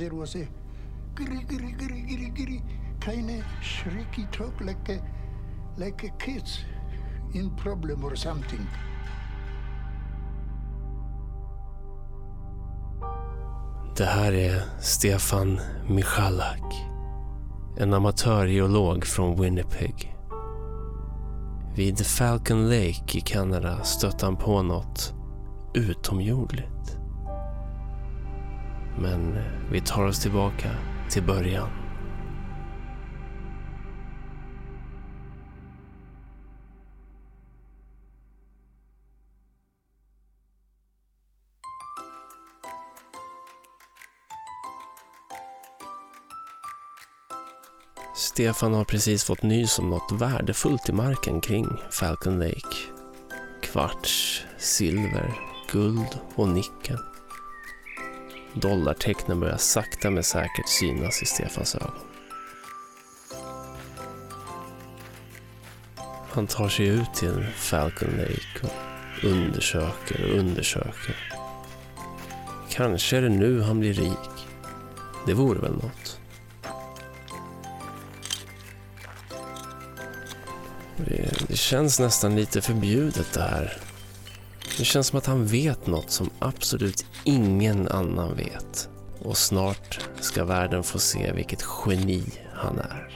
there was a giri kind of shrieky talk like a kids in problem or something. Det här är Stefan Michalak, en amatörgeolog från Winnipeg. Vid Falcon Lake i Kanada stötte han på något utomjordligt. Men vi tar oss tillbaka till början. Stefan har precis fått nys om något värdefullt i marken kring Falcon Lake. Kvarts, silver, guld och nickel. Dollartecknen börjar sakta men säkert synas i Stefans ögon. Han tar sig ut till Falcon Lake och undersöker. Kanske är det nu han blir rik. Det vore väl något. Det känns nästan lite förbjudet det här. Det känns som att han vet något som absolut ingen annan vet. Och snart ska världen få se vilket geni han är.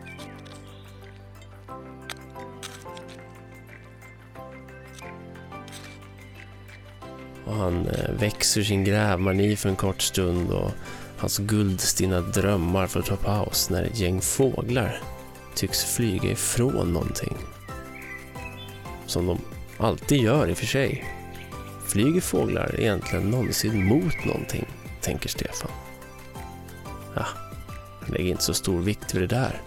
Och han växer sin grävmani för en kort stund och hans guldstinna drömmar får ta paus när ett gäng fåglar tycks flyga ifrån någonting. Som de alltid gör i och för sig. Flyger fåglar egentligen någonsin mot någonting, tänker Stefan. Lägg inte så stor vikt vid det där.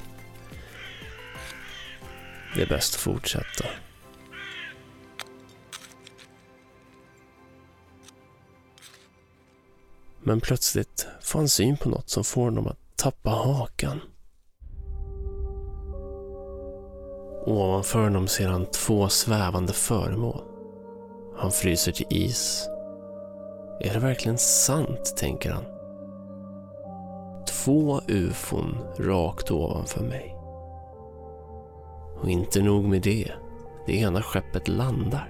Det är bäst att fortsätta. Men plötsligt får han syn på något som får honom att tappa hakan. Ovanför honom ser han 2 svävande föremål. Han fryser till is. Är det verkligen sant, tänker han. 2 ufon rakt ovanför mig. Och inte nog med det. Det ena skeppet landar.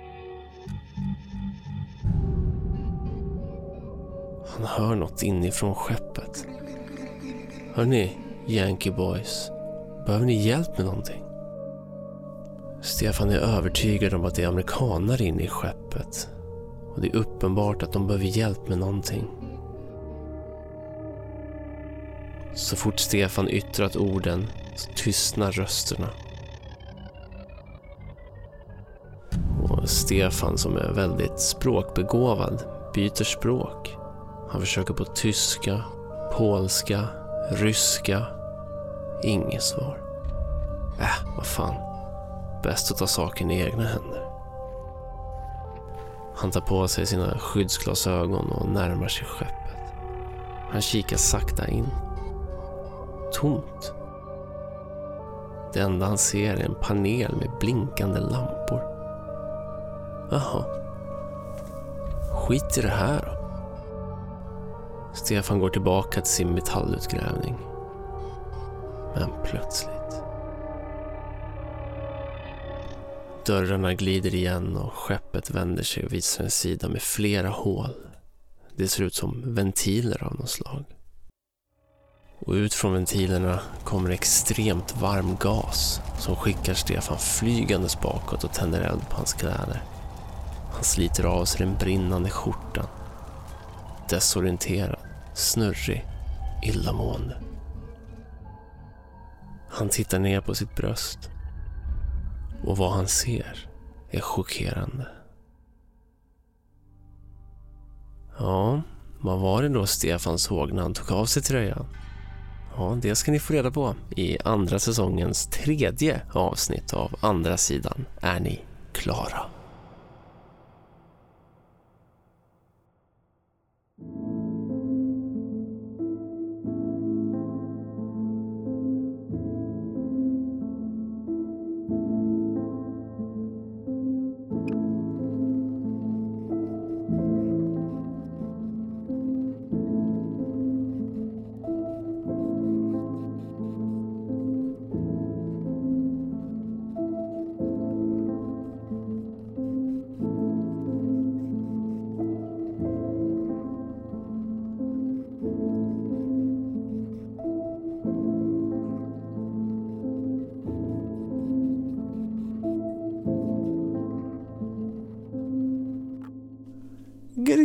Han hör något inifrån skeppet. Hörrni, Yankee Boys. Behöver ni hjälp med någonting? Stefan är övertygad om att det är amerikaner inne i skeppet. Och det är uppenbart att de behöver hjälp med någonting. Så fort Stefan yttrat orden så tystnar rösterna. Och Stefan, som är väldigt språkbegåvad, byter språk. Han försöker på tyska, polska, ryska. Inget svar. Vad fan. Bäst att ta saken i egna händer. Han tar på sig sina skyddsglasögon och närmar sig skeppet. Han kikar sakta in. Tomt. Det enda han ser är en panel med blinkande lampor. Jaha. Skit i det här då. Stefan går tillbaka till sin metallutgrävning. Men plötsligt. Dörrarna glider igen och skeppet vänder sig och visar en sida med flera hål. Det ser ut som ventiler av något slag. Och ut från ventilerna kommer extremt varm gas som skickar Stefan flygandes bakåt och tänder eld på hans kläder. Han sliter av sig den brinnande skjortan. Desorienterad, snurrig, illamående. Han tittar ner på sitt bröst. Och vad han ser är chockerande. Ja, vad var det då Stefan såg när han tog av sig tröjan? Ja, det ska ni få reda på i andra säsongens 3:e avsnitt av Andra sidan. Är ni klara?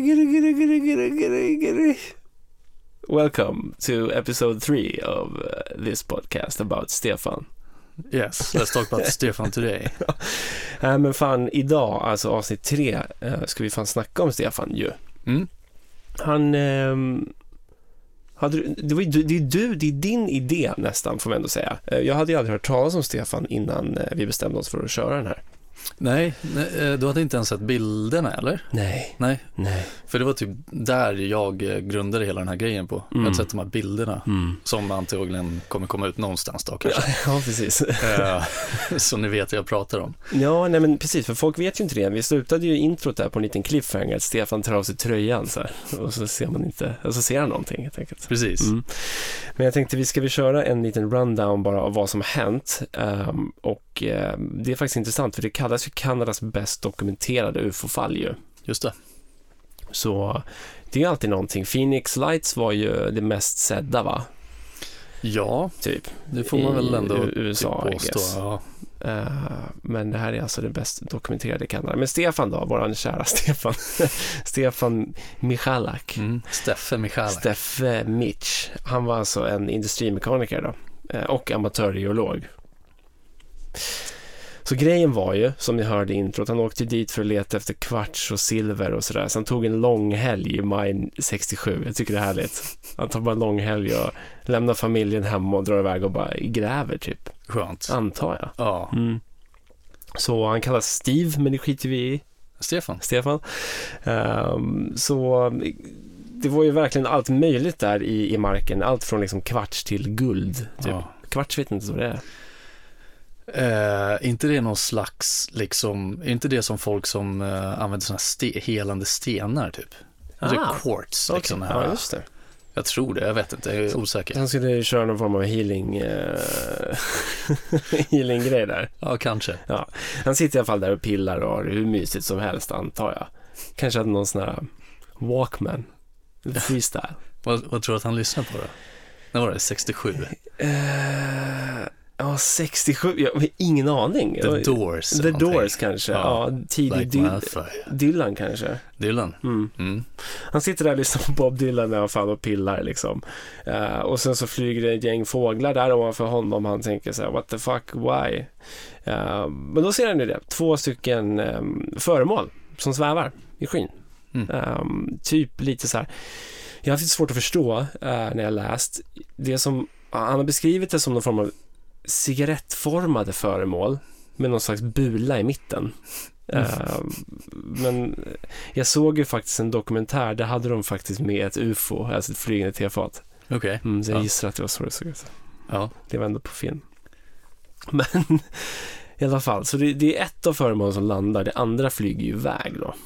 Welcome to episode 3 of this podcast about Stefan. Yes, let's talk about Stefan today. Men fan, idag, alltså avsnitt 3, ska vi fan snacka om Stefan ju. Han det är din idé nästan, får man ändå säga. Jag hade ju aldrig hört talas om Stefan innan vi bestämde oss för att köra den här. Nej, du hade inte ens sett bilderna, eller? Nej. För det var typ där jag grundade hela den här grejen på. Jag hade sett de här bilderna som antagligen kommer komma ut någonstans då kanske. Ja, precis. Så ni vet vad jag pratar om. Ja, nej men precis, för folk vet ju inte det. Vi slutade ju introt där på en liten cliffhanger att Stefan tar av sig tröjan så här, och så ser man inte, och så ser han någonting helt enkelt. Precis. Men jag tänkte vi ska köra en liten rundown bara av vad som har hänt. Och det är faktiskt intressant för det kallas ju Kanadas bäst dokumenterade UFO-fall ju. Just det. Så det är alltid någonting. Phoenix Lights var ju det mest sedda, va? Ja, typ. Det får man väl ändå USA, typ påstå. Ja. Men det här är alltså det bäst dokumenterade i Kanada. Men Stefan då, våran kära Stefan. Stefan Michalak. Steffe Mitch. Han var alltså en industrimekaniker då. Och amatörgeolog. Så grejen var ju, som ni hörde i introt, han åkte dit för att leta efter kvarts och silver och sådär. Så han tog en lång helg i maj 67. Jag tycker det är härligt. Han tar bara en lång helg och lämnar familjen hemma och drar iväg och bara gräver typ. Skönt. Antar jag. Ja. Så han kallas Steve, men det skiter vi i. Stefan. Så det var ju verkligen allt möjligt där i marken. Allt från liksom kvarts till guld. Typ. Ja. Kvarts vet inte vad det är. Inte det någon slags liksom, inte det som folk som använder såna helande stenar typ. Quartz liksom. Okay. Ja, just det. Jag tror det, jag vet inte, jag är osäker. Han skulle köra någon form av healing-grej där. Ja, kanske. Ja. Han sitter i alla fall där och pillar och har hur mysigt som helst, antar jag. Kanske hade någon sån här Walkman, freestyle. Vad tror du att han lyssnar på då? När var det? 67? Ja, 67, jag har ingen aning. The Doors kanske. Ja, tidig Dylan kanske. Dylan. Han sitter där och lyssnar på Bob Dylan när han fan och pillar liksom. Och sen så flyger det ett gäng fåglar där ovanför honom. Han tänker så här, what the fuck, why? Men då ser han ju det. 2 stycken föremål som svävar i skyn. Typ lite så här. Jag har haft svårt att förstå när jag läst det som han har beskrivit det som någon form av cigarettformade föremål med någon slags bula i mitten. Men jag såg ju faktiskt en dokumentär, där hade de faktiskt med ett UFO, alltså ett flygande tefat. Okej. Så jag gissar att det var så det såg ut. Ja. Det var ändå på film. Men i alla fall, så det är ett av föremålen som landar, det andra flyger ju iväg då.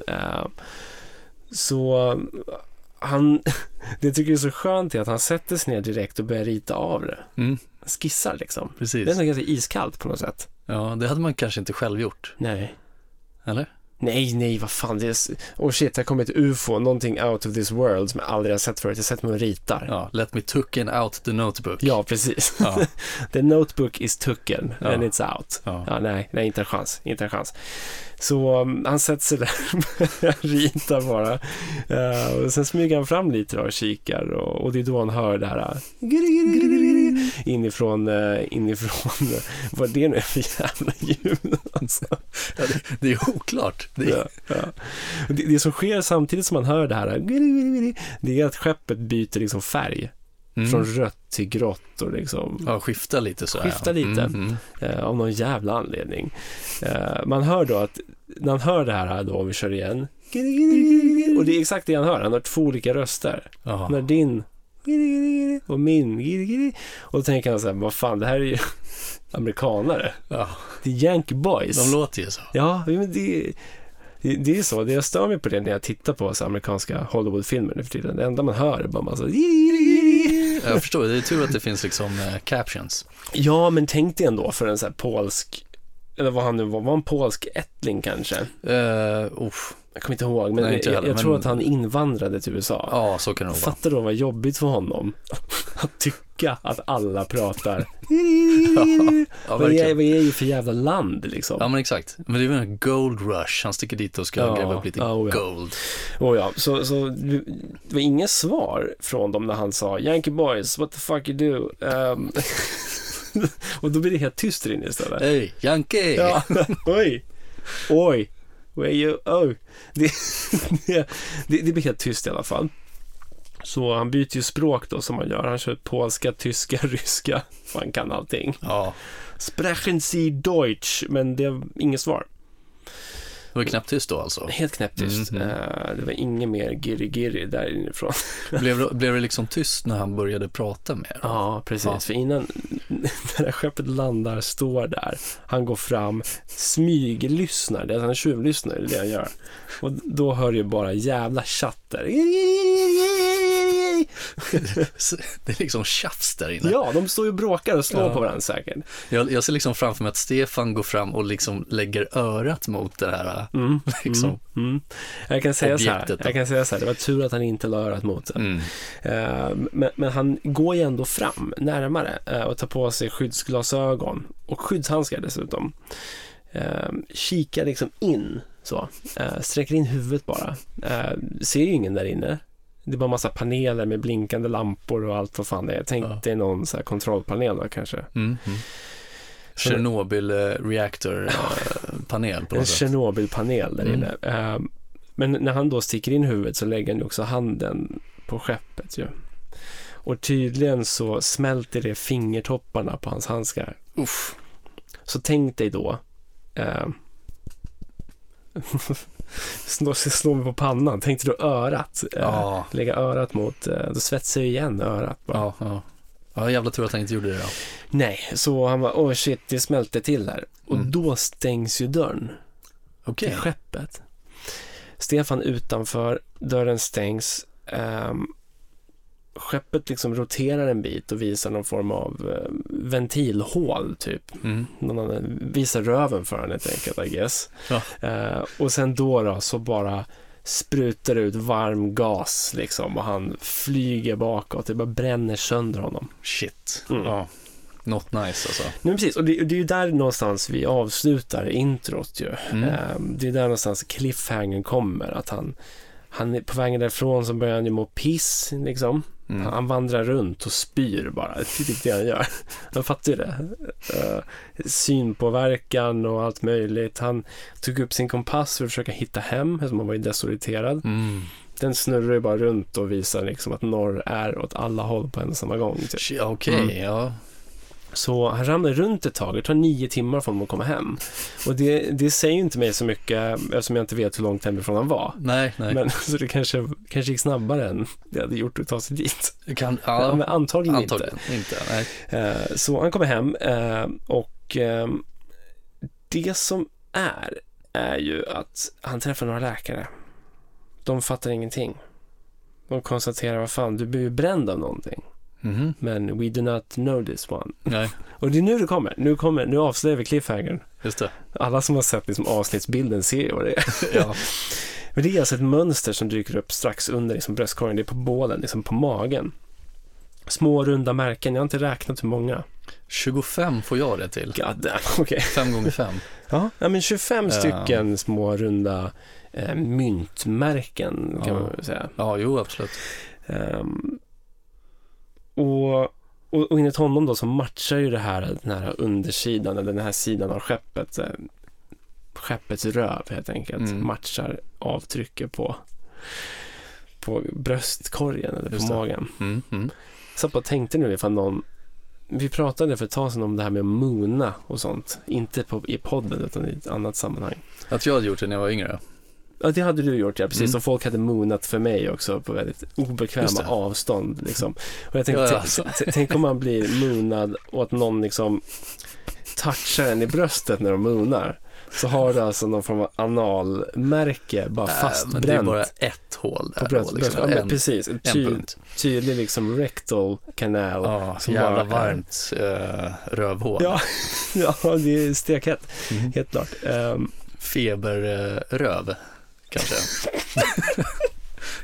Så det tycker jag är så skönt är att han sätter sig ner direkt och börjar rita av det. Skissar liksom. Precis. Det är ganska iskallt på något sätt. Ja, det hade man kanske inte själv gjort. Nej. Eller? Nej, vad fan det är. Shit, här kommer ett UFO, någonting out of this world som jag aldrig har sett förut. Jag har sett mig och ritar. Ja, let me tucken out the notebook. Ja, precis. Ja. The notebook is tucken and it's out. Ja, nej, inte en chans. Så han sätter sig där och ritar bara. Och sen smyger han fram lite och kikar. Och det är då han hör det här inifrån vad det nu är för jävla ljud. Alltså. Ja, det är oklart. Det som sker samtidigt som man hör det här, det är att skeppet byter liksom färg. Från rött till grått och liksom... Ja, skifta lite så. Av någon jävla anledning. Man hör då att när han hör det här då, om vi kör igen, och det är exakt det han hör. Han har 2 olika röster. När din och min, och då tänker han så här, vad fan, det här är ju amerikanare. Ja. Det är Yankee Boys. De låter ju så. Ja, men det är så. Jag stör mig på det när jag tittar på så amerikanska Hollywood-filmer nu för tiden. Det enda man hör är bara massa... Jag förstår, det är tur att det finns liksom captions. Ja, men tänk dig ändå för en så här polsk... Eller vad han nu var en polsk ättling kanske? Jag kommer inte ihåg, men jag tror att han invandrade till USA. Ja, så kan det vara. Fattar då vad jobbigt för honom. att tycka att alla pratar. Ja, vad är ju för jävla land liksom? Ja, men exakt. Men det är väl en gold rush. Han sticker dit och ska gräva upp lite gold. Så det var inget svar från dem när han sa Yankee boys, what the fuck you do? Och då blir det helt tyst inne istället. Hey, Yankee! Ja, oj. Where you? Det blir helt tyst i alla fall. Så han byter ju språk då som man gör. Han kör polska, tyska, ryska. Man kan allting. Ja. Sprechen Sie Deutsch, men det är inget svar. Det var knäpptyst då alltså? Helt knäpptyst. Det var inget mer giri där inifrån. Blev det liksom tyst när han började prata med? Ja, precis. Ja. För innan när skeppet landar, står där. Han går fram, smyglyssnar. Det är han tjuvlyssnar, det han gör. Och då hör ju bara jävla chatter. Det är liksom tjafs där inne. Ja, de står ju och bråkar och slår på varandra säkert. Jag ser liksom framför mig att Stefan går fram och liksom lägger örat mot det här liksom Jag kan säga så här, det var tur att han inte la örat mot det. Men han går ju ändå fram närmare och tar på sig skyddsglasögon och skyddshandskar dessutom. Kikar liksom in så, sträcker in huvudet bara. Ser ju ingen där inne. Det är bara massa paneler med blinkande lampor och allt vad fan det är. Jag tänkte det är någon så här kontrollpanel då, kanske. Chernobyl reactor panel på en Chernobyl-panel där inne. Men när han då sticker in huvudet så lägger han ju också handen på skeppet ju. Och tydligen så smälter det fingertopparna på hans handskar. Uff. Så tänk dig då slå mig på pannan. Tänkte du örat? Lägga örat mot, då svetsar jag igen örat bara. Ja, jävla tur att han inte gjorde det då. Nej, så han var, shit, det smälte till här. Och då stängs ju dörren till skeppet. Stefan utanför, dörren stängs. Skeppet liksom roterar en bit och visar någon form av ventilhål typ. Visar röven för honom helt enkelt, I guess. Och sen då så bara sprutar ut varm gas liksom, och han flyger bakåt. Det bara bränner sönder honom. Shit. Not nice alltså. Nej, precis, och det är ju där någonstans vi avslutar introt ju. Det är där någonstans cliffhangern kommer, att han är på vägen därifrån, så börjar han ju må piss liksom. Han vandrar runt och spyr bara. Det är typ det han gör. Han fattar ju det. Synpåverkan och allt möjligt. Han tog upp sin kompass för att försöka hitta hem, eftersom han var ju desorienterad. Den snurrar ju bara runt och visar liksom att norr är åt alla håll på en samma gång. Typ. Ja. Så han ramlar runt ett tag. Det tar 9 timmar för honom att komma hem. Och det säger ju inte mig så mycket, eftersom jag inte vet hur långt hemifrån han var. Nej. Men så det kanske gick snabbare än det hade gjort att ta sig dit. Men antagligen inte. Nej. Så han kommer hem och det som är ju att han träffar några läkare. De fattar ingenting. De konstaterar, vad fan, du blir ju bränd av någonting. Men we do not know this one. Nej. Och det är nu det kommer. Nu avslöjar vi cliffhangern. Just det. Alla som har sett liksom avsnittsbilden ser ju vad det är. Ja. Men det är alltså ett mönster som dyker upp strax under liksom bröstkorgen. Det är på bålen, liksom på magen. Små runda märken. Jag har inte räknat hur många. 25 får jag det till. God damn, okay. 5x5. Ja, men 25 stycken små runda myntmärken kan man väl säga. Ja, jo, absolut. Och enligt honom då så matchar ju den här undersidan, eller den här sidan av skeppet, skeppets röv helt enkelt, matchar avtrycket på bröstkorgen eller på magen. Så jag tänkte nu ifall någon, vi pratade för ett tag sedan om det här med att moona och sånt, inte i podden utan i ett annat sammanhang. Att jag hade gjort det när jag var yngre. Ja, det hade du gjort, ja, precis. Och folk hade moonat för mig också på väldigt obekväma avstånd liksom. Och jag tänkte, tänk om man blir moonad och att någon liksom touchar en i bröstet när de moonar. Så har du alltså någon form av analmärke bara fastbränt. Men det är bara ett hål där. På bröstet. Precis. Tydlig liksom rectal kanal. Som jävla varmt rövhål. Ja, det är stekhett. Helt klart. Feberröv kanske.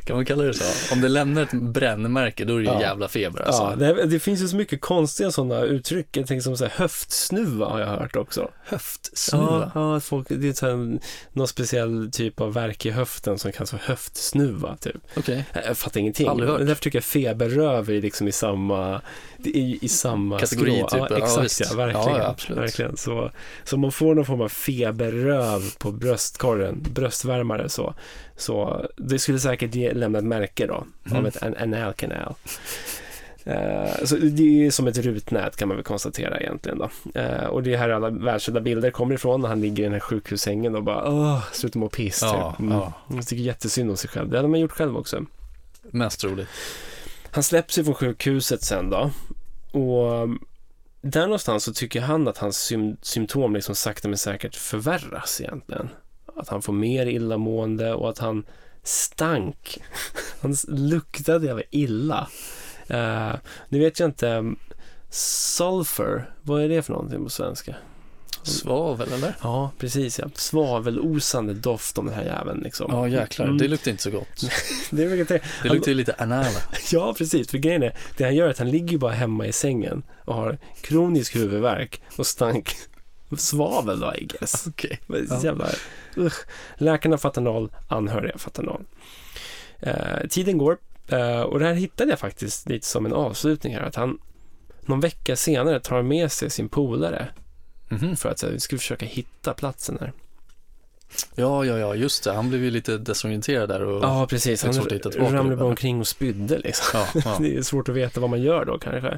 Kan man kalla det så? Om det lämnar ett brännmärke, då är det ju jävla feber alltså. Ja, det finns ju så mycket konstiga sådana uttryck. Jag tänker som så här, höftsnuva har jag hört också. Höftsnuva? Ja, folk, det är så här, någon speciell typ av värk i höften som kallas för höftsnuva typ. Okej. Jag fattar ingenting. Därför tycker jag feberröv är liksom i samma kategori skrå. typ. Ja, exakt, verkligen. Verkligen. Så man får någon form av feberröv på bröstkorgen, bröstvärmare så det skulle säkert lämna ett märke då av en analkanal. Så det är som ett rutnät kan man väl konstatera egentligen då. Och det är här alla världskända bilder kommer ifrån när han ligger i den här sjukhussängen och bara slutar må piss. Jag tycker jättesynd om sig själv. Det hade man gjort själv också. Mest roligt. Han släpps ju från sjukhuset sen då. Och där någonstans så tycker han att hans symptom liksom sakta men säkert förvärras egentligen. Att han får mer illamående och att han stank. Han luktade jävla illa. Nu vet jag inte, sulfur, vad är det för någonting på svenska? Svavel eller? Ja, precis. Ja. Svavelosande doft om den här jäveln liksom. Ja, jäklar. Det luktar inte så gott. det luktar ju lite anala. Ja, precis. För grejen är, det han gör är att han ligger bara hemma i sängen och har kronisk huvudvärk och stank svavel då, I guess. Okej. Jävla läkarna fattar noll, anhöriga fattar noll. Tiden går och det här hittade jag faktiskt lite som en avslutning här, att han någon vecka senare tar med sig sin polare för att vi skulle försöka hitta platsen här. Ja, just det. Han blev ju lite desorienterad där. Ja, precis. Han ramlade bara omkring och spydde liksom. Ja. Det är svårt att veta vad man gör då kanske.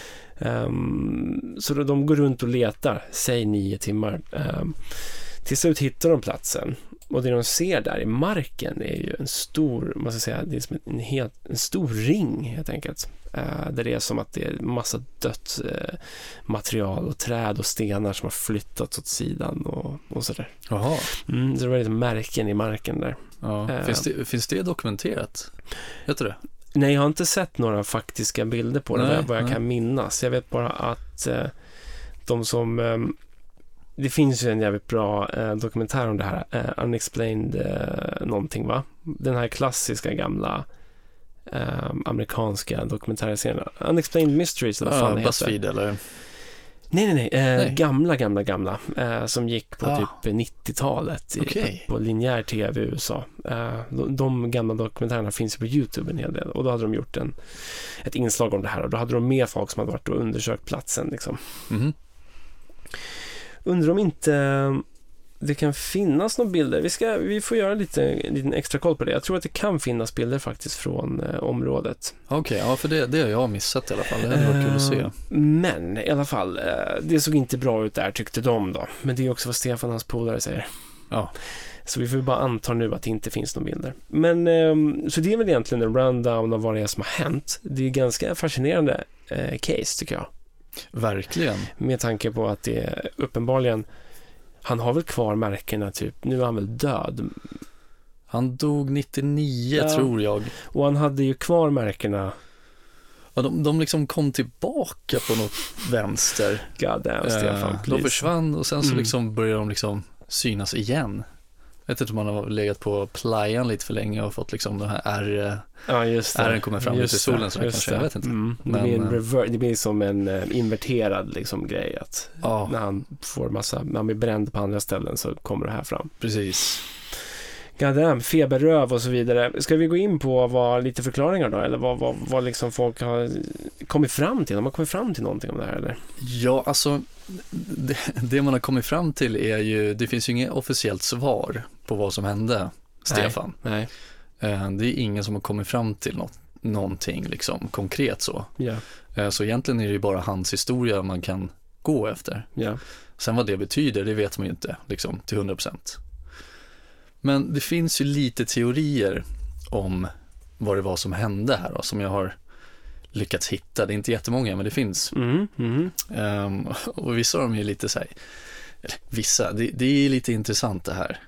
Så de går runt och letar, säg 9 timmar. Till slut hittar de platsen. Och det de ser där i marken är ju en stor, måste jag säga, det är som en stor ring helt enkelt. Där det är som att det är massa dött material och träd och stenar som har flyttats åt sidan och sådär. Jaha. Så det var liksom märken i marken där. Ja. Finns det dokumenterat? Vet du det? Nej, jag har inte sett några faktiska bilder på det, vad jag kan minnas. Jag vet bara att de som... det finns ju en jävligt bra dokumentär om det här. Unexplained någonting, va? Den här klassiska gamla amerikanska dokumentärserien. Unexplained Mysteries, eller vad fan det heter. BuzzFeed, eller? Nej. Gamla. Som gick på typ 90-talet på linjär tv i USA. De gamla dokumentärerna finns på YouTube en hel del. Och då hade de gjort ett inslag om det här. Och då hade de med folk som hade varit och undersökt platsen liksom. Undrar om inte det kan finnas några bilder. Vi får göra lite extra koll på det. Jag tror att det kan finnas bilder faktiskt från området. Okej, ja, för det har jag missat i alla fall. Det hade varit kul att se. Men i alla fall, det såg inte bra ut där, tyckte de då. Men det är också vad Stefan och hans polare säger. Ja. Så vi får bara anta nu att det inte finns några bilder. Men så det är väl egentligen en rundown av vad det är som har hänt. Det är ganska fascinerande case, tycker jag. Verkligen. Med tanke på att det är uppenbarligen, han har väl kvar märkena typ, nu är han väl död. Han dog 99 tror jag. Och han hade ju kvar märkena. Ja, de liksom kom tillbaka på något vänster. God damn, Stefan. De försvann och sen så liksom började de liksom synas igen. Jag vet inte om man har legat på playan lite för länge och fått liksom de här ärren kommer fram ut i solen, så kanske, jag vet inte. Det blir som en inverterad liksom grej att när han får när han blir bränd på andra ställen så kommer det här fram. Precis. Goddamn, feberröv och så vidare. Ska vi gå in på lite förklaringar då? Eller vad liksom folk har kommit fram till? Har man kommit fram till någonting om det här eller? Ja, alltså det man har kommit fram till är ju, det finns ju inget officiellt svar på vad som hände Stefan. Nej. Det är ingen som har kommit fram till någonting liksom konkret så. Yeah. Så egentligen är det ju bara hans historia man kan gå efter. Yeah. Sen vad det betyder, det vet man ju inte liksom till 100%. Men det finns ju lite teorier om vad det var som hände här då, som jag har lyckats hitta. Det är inte jättemånga, men det finns. Och vissa av dem är lite så här, vissa, det är lite intressant det här.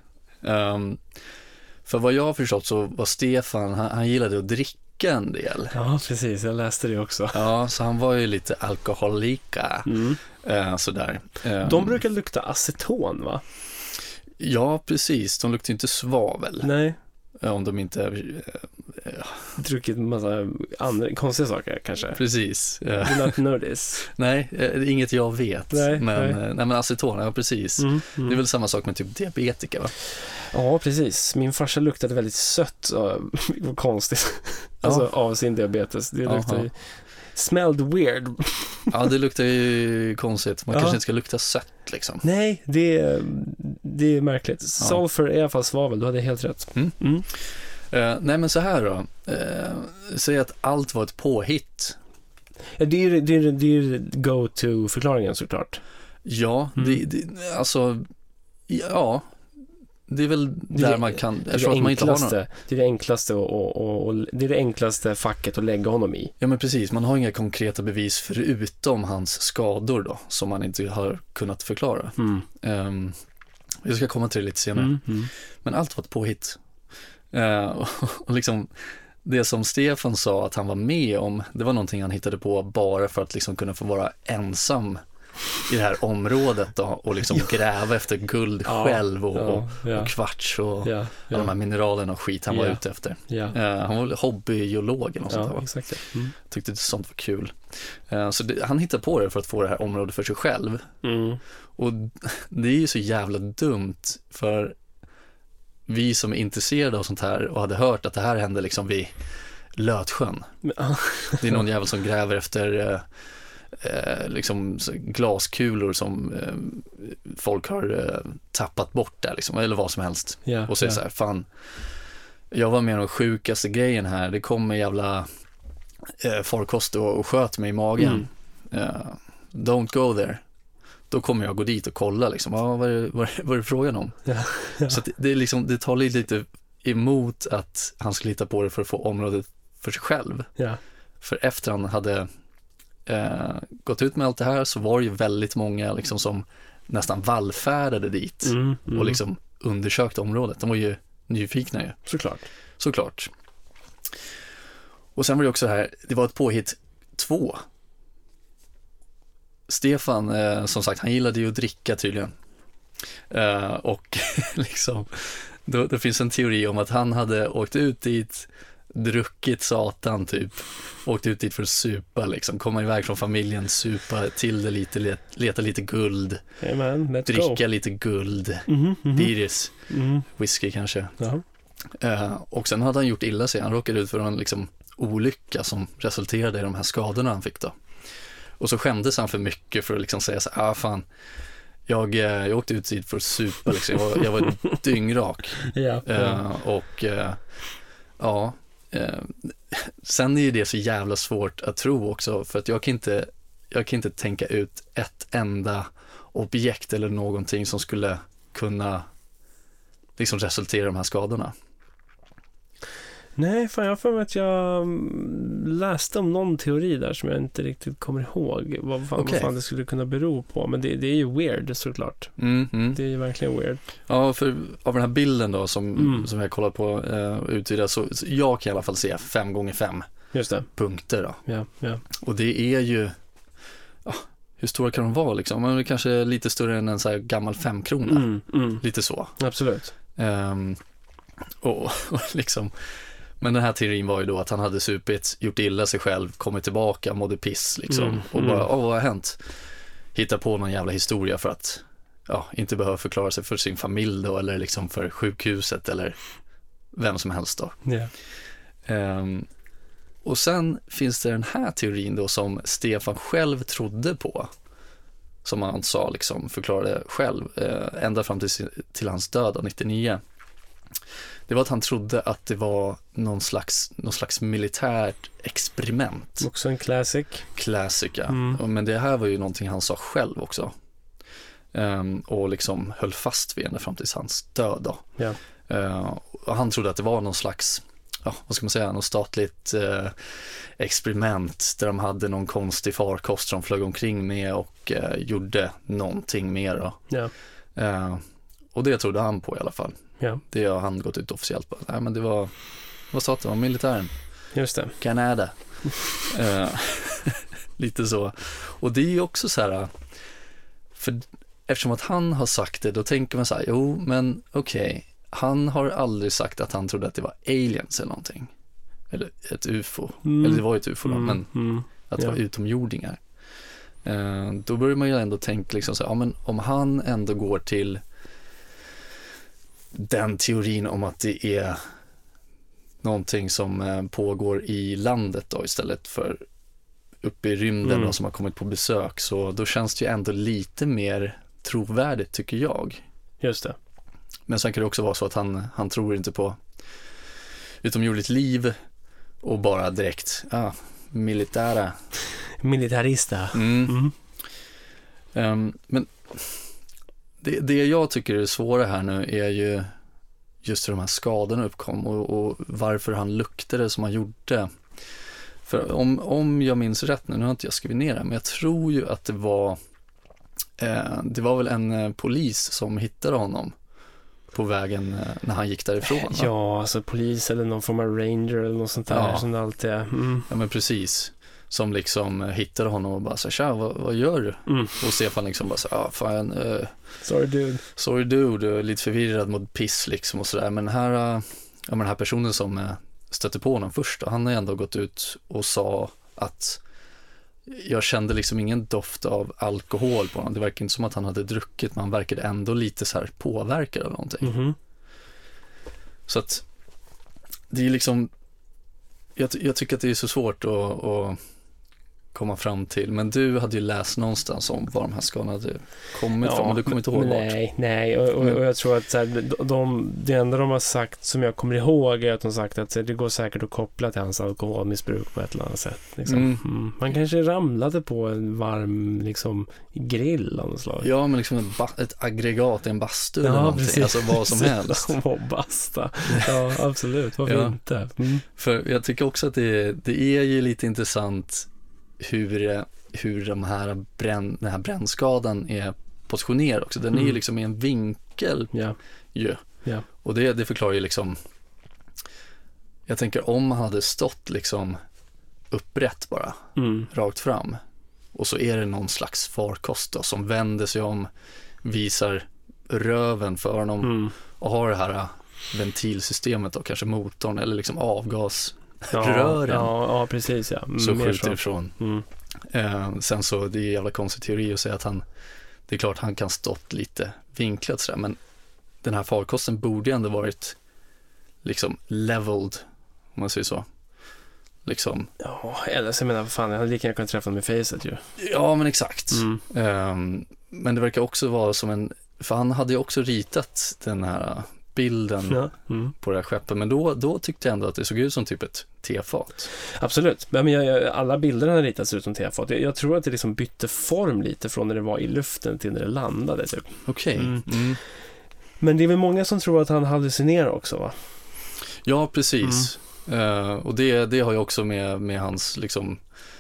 För vad jag har förstått så var Stefan, han gillade att dricka en del. Ja, precis, jag läste det också. Ja, så han var ju lite alkoholika. Sådär. De brukar lukta aceton, va? Ja, precis. De luktar inte svavel. Nej. Om de inte druckit en massa andra konstiga saker kanske. Precis. Do not notice. Nej, inget jag vet. Nej. Men aceton, ja precis. Det är väl samma sak med typ diabetika, va? Ja, precis. Min farsa luktade väldigt sött och konstigt. Alltså av sin diabetes. Det luktade smelled weird. Ja, det luktar ju konstigt. Man kanske inte ska lukta sött liksom. Nej, det är märkligt. Sulfur är i alla fall svavel, du hade helt rätt. Nej, men så här då. Säg att allt var ett påhitt. Ja, det är go-to-förklaringen såklart. Ja, alltså ja, det är väl där man kan, eftersom att man inte har någon. Det är det enklaste och det är det enklaste facket att lägga honom i. Ja, men precis, man har inga konkreta bevis förutom hans skador då, som man inte har kunnat förklara. Jag ska komma till det lite senare. Men allt var ett påhitt. Och liksom det som Stefan sa att han var med om, det var någonting han hittade på bara för att liksom kunna få vara ensam i det här området då, och liksom gräva efter guld själv och kvarts och de här mineralerna och skit han var ute efter. Han var hobbygeolog och sånt där. Exakt. Tyckte sånt var kul. Så han hittade på det för att få det här området för sig själv. Och det är ju så jävla dumt, för vi som är intresserade av sånt här och hade hört att det här hände liksom vid Lötsjön. Det är någon jävel som gräver efter liksom glaskulor som folk har tappat bort där liksom, eller vad som helst. Och säger så här, fan, jag var med om den sjukaste grejen här. Det kom en jävla farkost och sköt mig i magen. Don't go there. Då kommer jag gå dit och kolla liksom. Vad är det frågan om? Så att det är liksom, det tar lite emot att han skulle hitta på det för att få området för sig själv. För efter han hade gått ut med allt det här, så var det ju väldigt många liksom som nästan vallfärdade dit och liksom undersökte området. De var ju nyfikna ju. Såklart. Och sen var det också här, det var ett påhitt 2. Stefan, som sagt, han gillade ju att dricka tydligen. Och liksom, det finns en teori om att han hade åkt ut dit, druckit satan typ, åkt ut dit för att supa liksom, komma iväg från familjen, supa till det lite, leta lite guld, dricka lite guld, Biris, whisky kanske. Och sen hade han gjort illa sig, han råkade ut för en liksom olycka som resulterade i de här skadorna han fick då. Och så skämdes han för mycket för att liksom säga så här, fan, jag åkte ut dit för att supa liksom. Jag var dyngrak. Sen är ju det så jävla svårt att tro också, för att jag kan inte tänka ut ett enda objekt eller någonting som skulle kunna liksom resultera i de här skadorna. Nej, fan, jag får med att jag läste om någon teori där som jag inte riktigt kommer ihåg vad fan det skulle kunna bero på, men det är ju weird såklart. Det är ju verkligen weird. Ja, för av den här bilden då som jag kollat på utvida, så jag kan i alla fall se 5x5 punkter då. Och det är ju hur stora kan de vara liksom? Men kanske lite större än en så här gammal 5-krona. Lite så. Absolut. Och liksom, men den här teorin var ju då att han hade supit, gjort illa sig själv, kommit tillbaka, mådde piss liksom, och bara, vad har hänt? Hittar på någon jävla historia för att inte behöva förklara sig för sin familj då, eller liksom för sjukhuset eller vem som helst då. Och sen finns det den här teorin då som Stefan själv trodde på, som han sa liksom, förklarade själv ända fram till hans död av 99. Det var att han trodde att det var någon slags militärt experiment. Också en classic, ja. Men det här var ju någonting han sa själv också. Och liksom höll fast vid ända fram till hans död då. Och han trodde att det var någon slags, vad ska man säga, något statligt experiment där de hade någon konstig farkost som flög omkring med och gjorde någonting mer då. Och det trodde han på i alla fall. Det har han gått ut officiellt på. Nej, men det var, vad sa det var militären. Just det. Kanada. Lite så. Och det är ju också så här, för eftersom att han har sagt det, då tänker man så här, jo, men okej, han har aldrig sagt att han trodde att det var aliens eller någonting. eller ett UFO, eller det var ett UFO då, men att det var utomjordingar. Då börjar man ju ändå tänka liksom så här, ja, men om han ändå går till den teorin om att det är någonting som pågår i landet då, istället för uppe i rymden då, som har kommit på besök, så då känns det ju ändå lite mer trovärdigt, tycker jag. Just det. Men sen kan det också vara så att han tror inte på utomjordligt liv och bara direkt militarista. Men det jag tycker är svåra här nu är ju just hur de här skadorna uppkom och varför han luktade som han gjorde. För om jag minns rätt nu har inte jag skrivit ner det, men jag tror ju att det var väl en polis som hittade honom på vägen när han gick därifrån. Va? Ja, alltså polis eller någon form av ranger eller något sånt där som det alltid är. Ja, men precis. Som liksom hittade honom och bara så här, tja, vad gör du? Och Stefan liksom bara så här, fan, sorry dude, du är lite förvirrad mot piss liksom och sådär. Men den här personen som stötte på honom först, han har ändå gått ut och sa att jag kände liksom ingen doft av alkohol på honom. Det verkar inte som att han hade druckit, men han verkade ändå lite så här påverkad av någonting. Så att det är liksom, jag tycker att det är så svårt att komma fram till. Men du hade ju läst någonstans om var de här skadorna hade kommit från, men du kommer inte ihåg vart. Nej, och jag tror att så här, det enda de har sagt som jag kommer ihåg är att de sagt att det går säkert att koppla till hans alkoholmissbruk på ett eller annat sätt. Liksom. Man kanske ramlade på en varm liksom, grill av något slag. Ja, men liksom ett aggregat i en bastu eller någonting. Precis. Alltså vad som helst. Basta. Ja, absolut. Varför inte? För jag tycker också att det är ju lite intressant hur den här brännskadan är positionerad också. Den är ju liksom i en vinkel ju. Och det förklarar ju liksom, jag tänker om han hade stått liksom upprätt bara, rakt fram, och så är det någon slags farkost då, som vänder sig om, visar röven för honom och har det här ventilsystemet då, kanske motorn eller liksom avgasrören. Ja, precis. Så skjuter ifrån. Sen så, det är en jävla konstig teori att säga att det är klart han kan stått lite vinklat sådär, men den här farkosten borde ändå varit liksom leveled, om man säger så. Liksom. Ja, eller så menar fan, jag hade lika gärna kunnat träffa honom i facet ju. Ja, men exakt. Men det verkar också vara som för han hade ju också ritat den här bilden på det här skeppet, men då tyckte jag ändå att det såg ut som typ ett tefat. Absolut, men alla bilderna har ritats ut som tefat. Jag tror att det liksom bytte form lite från när det var i luften till när det landade typ. Okej. Men det är väl många som tror att han hallucinerar också, va? Ja, precis. Och det har ju också med hans liksom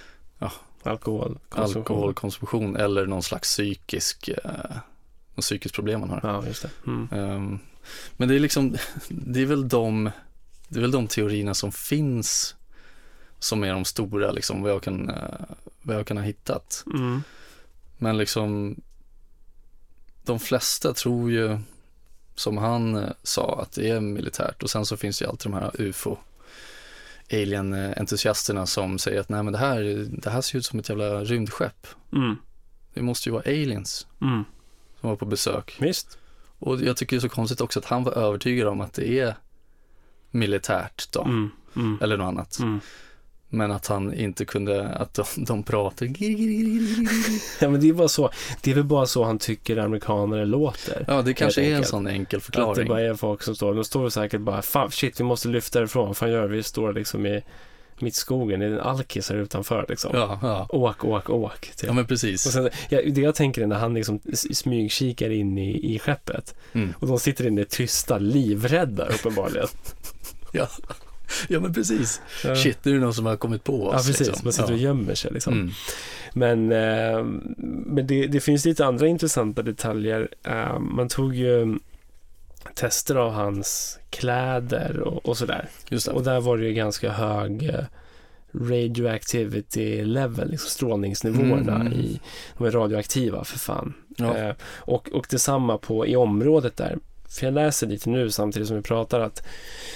alkoholkonsumtion eller någon slags psykisk problem han har. Ja, just det. Men det är liksom, det är väl de teorierna som finns som är de stora liksom, vad jag kan ha hittat. Men liksom de flesta tror ju, som han sa, att det är militärt, och sen så finns det ju alltid de här UFO alien-entusiasterna som säger att nej, men det här ser ut som ett jävla rymdskepp. Det måste ju vara aliens som var på besök. Visst. Och jag tycker det är så konstigt också att han var övertygad om att det är militärt då, eller något annat. Men att han inte kunde, att de pratar. Ja, men det är bara så. Det är väl bara så han tycker amerikaner låter. Ja, det kanske är en sån enkel förklaring. Att det bara är folk som står. De står säkert bara, fan shit, vi måste lyfta ifrån. Fan gör vi? Står liksom i mitt skogen, i en alkis här utanför liksom. Ja. Åk typ. Ja, men precis. Och sen, det jag tänker är när han liksom smygkikar in i skeppet och de sitter inne tysta, livrädda uppenbarligen. Ja, men precis. Shit, det är någon som har kommit på oss. Ja, precis. Liksom. Man sitter och gömmer sig liksom. Men det finns lite andra intressanta detaljer. Man tog ju tester av hans kläder och sådär. Just det. Och där var det ju ganska hög radioactivity level, liksom strålningsnivåerna de är radioaktiva för fan. Ja. Och detsamma i området där. För jag läser lite nu samtidigt som vi pratar att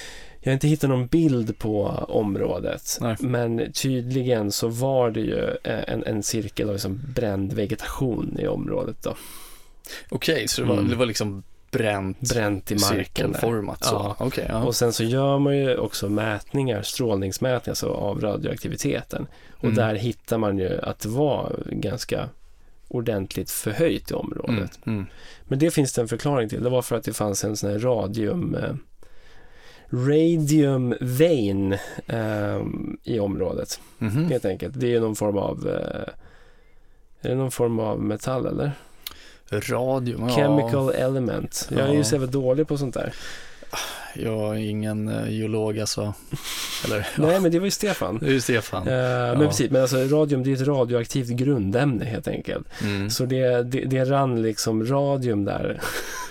Jag har inte hittat någon bild på området. Nej. Men tydligen så var det ju en cirkel av liksom bränd vegetation i området då. Okej, så det var liksom bränt i marken. Cirkelformat. Så. Ja. Okay, ja. Och sen så gör man ju också mätningar, strålningsmätningar så av radioaktiviteten. Och där hittar man ju att det var ganska ordentligt förhöjt i området. Men det finns det en förklaring till. Det var för att det fanns en sån här radium vein i området. Helt enkelt. Det är ju någon form av metall, eller? Radium, Chemical element. Jag är ju så jävla dålig på sånt där. Jag är ingen geolog alltså. Eller, Nej, men det var ju Stefan. Det är ju Stefan. Men precis, men alltså radium, det är ett radioaktivt grundämne helt enkelt. Så det rann liksom radium där.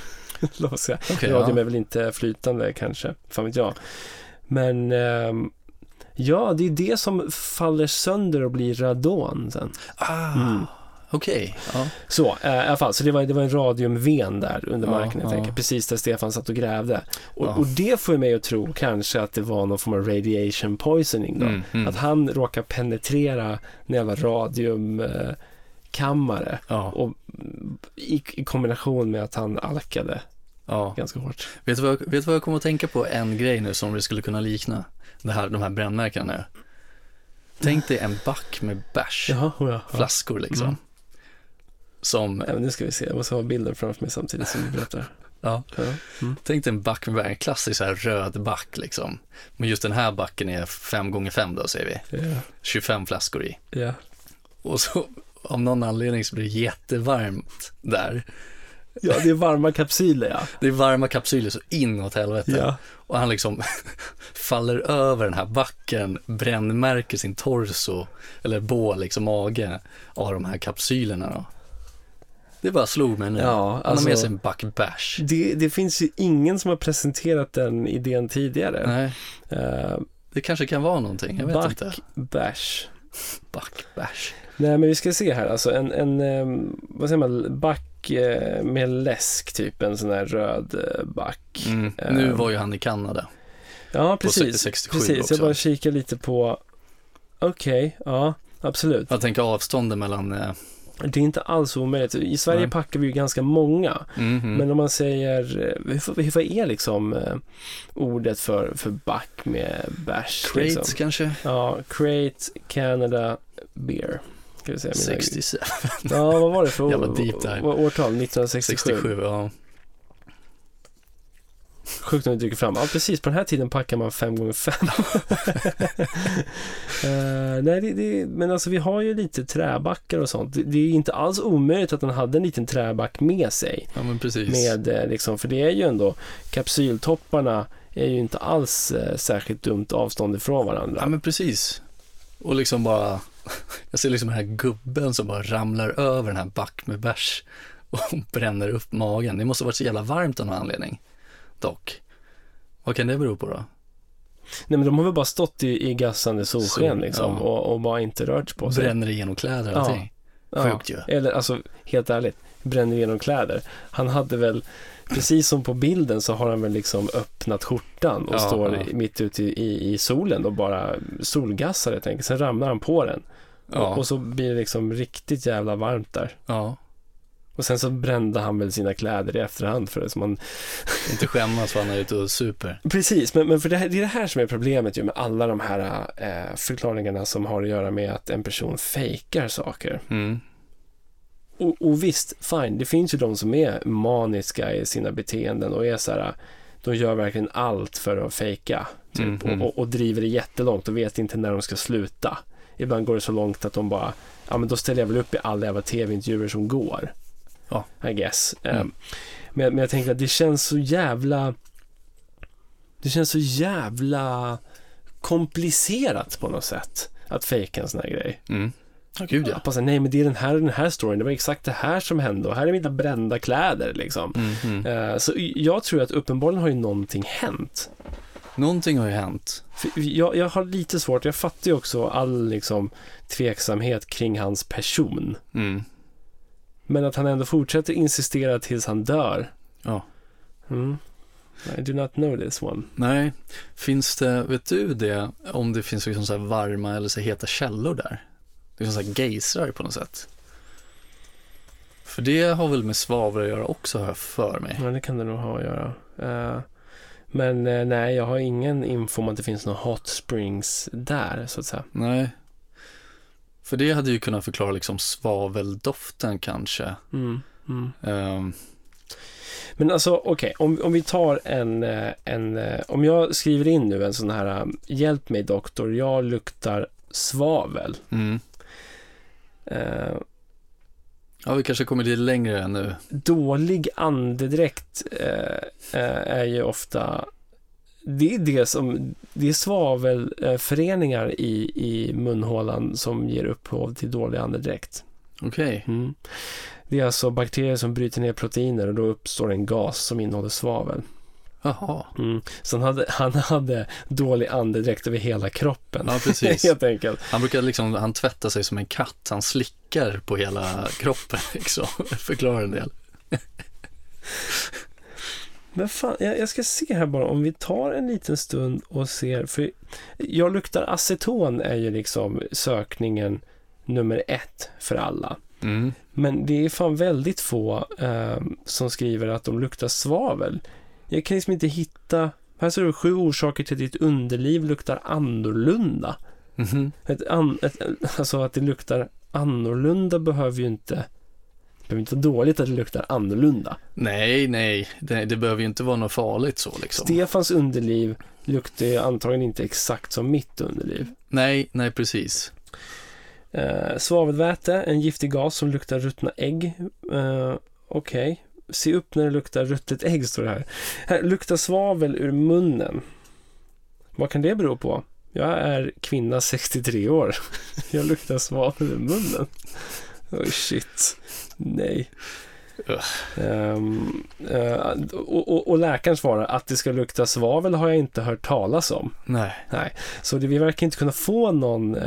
Okay, radium är väl inte flytande kanske, fan vet jag. Men ja, det är det som faller sönder och blir radon sen. Okej. Ja. Så i alla fall, så det var en radiumven där under marken, jag tänker, precis där Stefan satt och grävde. Och det får mig att tro kanske att det var någon form av radiation poisoning då. Att han råkar penetrera en jävla radiumkammare och i kombination med att han alkade ganska hårt. Vet du vad jag kommer att tänka på? En grej nu som vi skulle kunna likna de här brännmärkena nu. Tänk dig en back med bärs. Flaskor liksom. Som... Ja, nu ska vi se, jag måste ha bilden framför mig samtidigt som du berättar. Tänk dig en back med bär, en klassisk så här röd back liksom. Men just den här backen är 5x5 då, säger vi. 25 flaskor i. Och så av någon anledning så blir det jättevarmt där. Ja, det är varma kapsyler, Det är varma kapsyler så inåt helvete. Och han liksom faller över den här backen, brännmärker sin torso eller liksom mage av de här kapsylerna då. Det bara slog mig nu. Han har med sig en back bash. Det finns ju ingen som har presenterat den idén tidigare. Nej. Det kanske kan vara någonting, jag vet inte. Bash. Back bash. Nej, men vi ska se här. Alltså en vad säger man, back med läsk typ, en sån här röd back. Nu var ju han i Kanada. Ja, precis. På 67 precis. också. Jag bara kikar lite på ja, absolut. Jag tänker avståndet mellan... Det är inte alls omöjligt. I Sverige packar vi ju ganska många. Men om man säger, vad är liksom ordet för back med bärs? Crate liksom? Kanske? Ja, Crate Canada Beer. Ska vi säga, 67. Ja, vad var det för årtal? 1967. Ja. Sjukt när vi dyker fram. Ja, precis. På den här tiden packar man 5x5. Nej, men alltså vi har ju lite träbackar och sånt. Det är inte alls omöjligt att den hade en liten träback med sig. Ja, men precis. Med, liksom, för det är ju ändå, kapsyltopparna är ju inte alls särskilt dumt avstånd ifrån varandra. Ja, men precis. Och liksom bara, jag ser liksom den här gubben som bara ramlar över den här back med bärs och bränner upp magen. Det måste varit så jävla varmt av någon anledning. Dock. Vad kan det bero på då? Nej, men de har väl bara stått i gassande solsken liksom, och bara inte rört på sig. Bränner igenom kläder och allting. Sjukt ju. Eller alltså, helt ärligt, bränner igenom kläder. Han hade väl, precis som på bilden så har han väl liksom öppnat skjortan och står mitt ute i solen och bara solgassar helt enkelt. Sen ramlar han på den. Och så blir det liksom riktigt jävla varmt där. Ja. Och sen så brände han väl sina kläder i efterhand för det, som man inte skämmas för han är ute och super. Precis, men för det är det här som är problemet ju med alla de här förklaringarna som har att göra med att en person fejkar saker. Och visst, fine, det finns ju de som är maniska i sina beteenden och är så här, de gör verkligen allt för att fejka typ, och driver det jättelångt och vet inte när de ska sluta. Ibland går det så långt att de bara, men då ställer jag väl upp i alla jävla tv-intervjuer som går. I guess. Men jag tänker att det känns så jävla komplicerat på något sätt att fejka en sån här grej. Gud, ja. Passar, nej, men det är den här storyn, det var exakt det här som hände och här är mina brända kläder liksom. Så jag tror att uppenbarligen har ju någonting hänt. Någonting har ju hänt. För jag har lite svårt, jag fattar ju också all liksom tveksamhet kring hans person. Men att han ändå fortsätter insistera tills han dör. I do not know this one. Nej, finns det, vet du det, om det finns liksom så här varma eller så heta källor där? Det är så här gejsrar på något sätt. För det har väl med svavel att göra också, har jag för mig. Ja, det kan det nog ha att göra. Men nej, jag har ingen info om att det finns några hot springs där, så att säga. Nej. För det hade ju kunnat förklara liksom svaveldoften kanske. Men alltså, okej, om vi tar om jag skriver in nu en sån här hjälp mig doktor, jag luktar svavel. Ja, vi kanske kommer lite längre än nu. Dålig andedräkt är ju ofta det är svavelföreningar i munhålan som ger upphov till dålig andedräkt. Okej. Det är alltså bakterier som bryter ner proteiner och då uppstår en gas som innehåller svavel. Jaha. Så han hade dålig andedräkt över hela kroppen. Ja, precis. Helt enkelt. Han brukar liksom, han tvättar sig som en katt. Han slickar på hela kroppen liksom. Förklarar en del. Men fan, jag ska se här bara om vi tar en liten stund och ser, för jag luktar aceton är ju liksom sökningen nummer 1 för alla. Men det är fan väldigt få som skriver att de luktar svavel. Jag kan liksom inte hitta, här ser du 7 orsaker till att ditt underliv luktar annorlunda. Alltså att det luktar annorlunda behöver ju inte vara dåligt att det luktar annorlunda. Nej, det behöver ju inte vara något farligt så liksom. Stefans underliv luktar ju antagligen inte exakt som mitt underliv. Nej, precis. Svavelväte, en giftig gas som luktar ruttna ägg. Okej. Se upp när det luktar ruttet ägg, står det här. Här luktar svavel ur munnen. Vad kan det bero på? Jag är kvinna 63 år. Jag luktar svavel ur munnen. Oh shit. Nej. Och läkaren svarar att det ska lukta svavel har jag inte hört talas om. Nej. Så vi verkar inte kunna få någon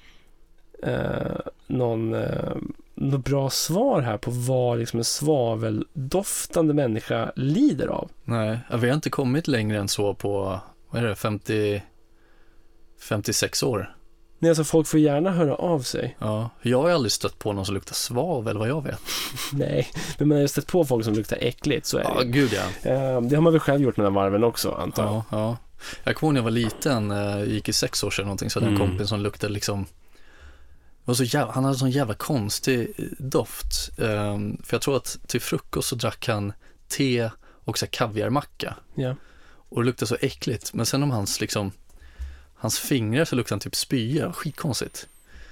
bra svar här på vad liksom en svaveldoftande människa lider av. Nej, vi har inte kommit längre än så på, vad är det, 56 år. Nej, alltså folk får gärna höra av sig. Ja, jag har aldrig stött på någon som luktar svavel, vad jag vet. Nej, men man har ju stött på folk som luktar äckligt, så är det. Ja, gud ja. Det har man väl själv gjort med den varven också, antar jag. Ja. Jag kommer ihåg när jag var liten, gick i 6 år sedan någonting, så hade en kompis som luktade liksom, han hade sån jävla konstig doft. För jag tror att till frukost så drack han te och så kaviarmacka. Ja. Och det luktade så äckligt. Men sen om hans fingrar så luktade han typ spya. Skitkonstigt.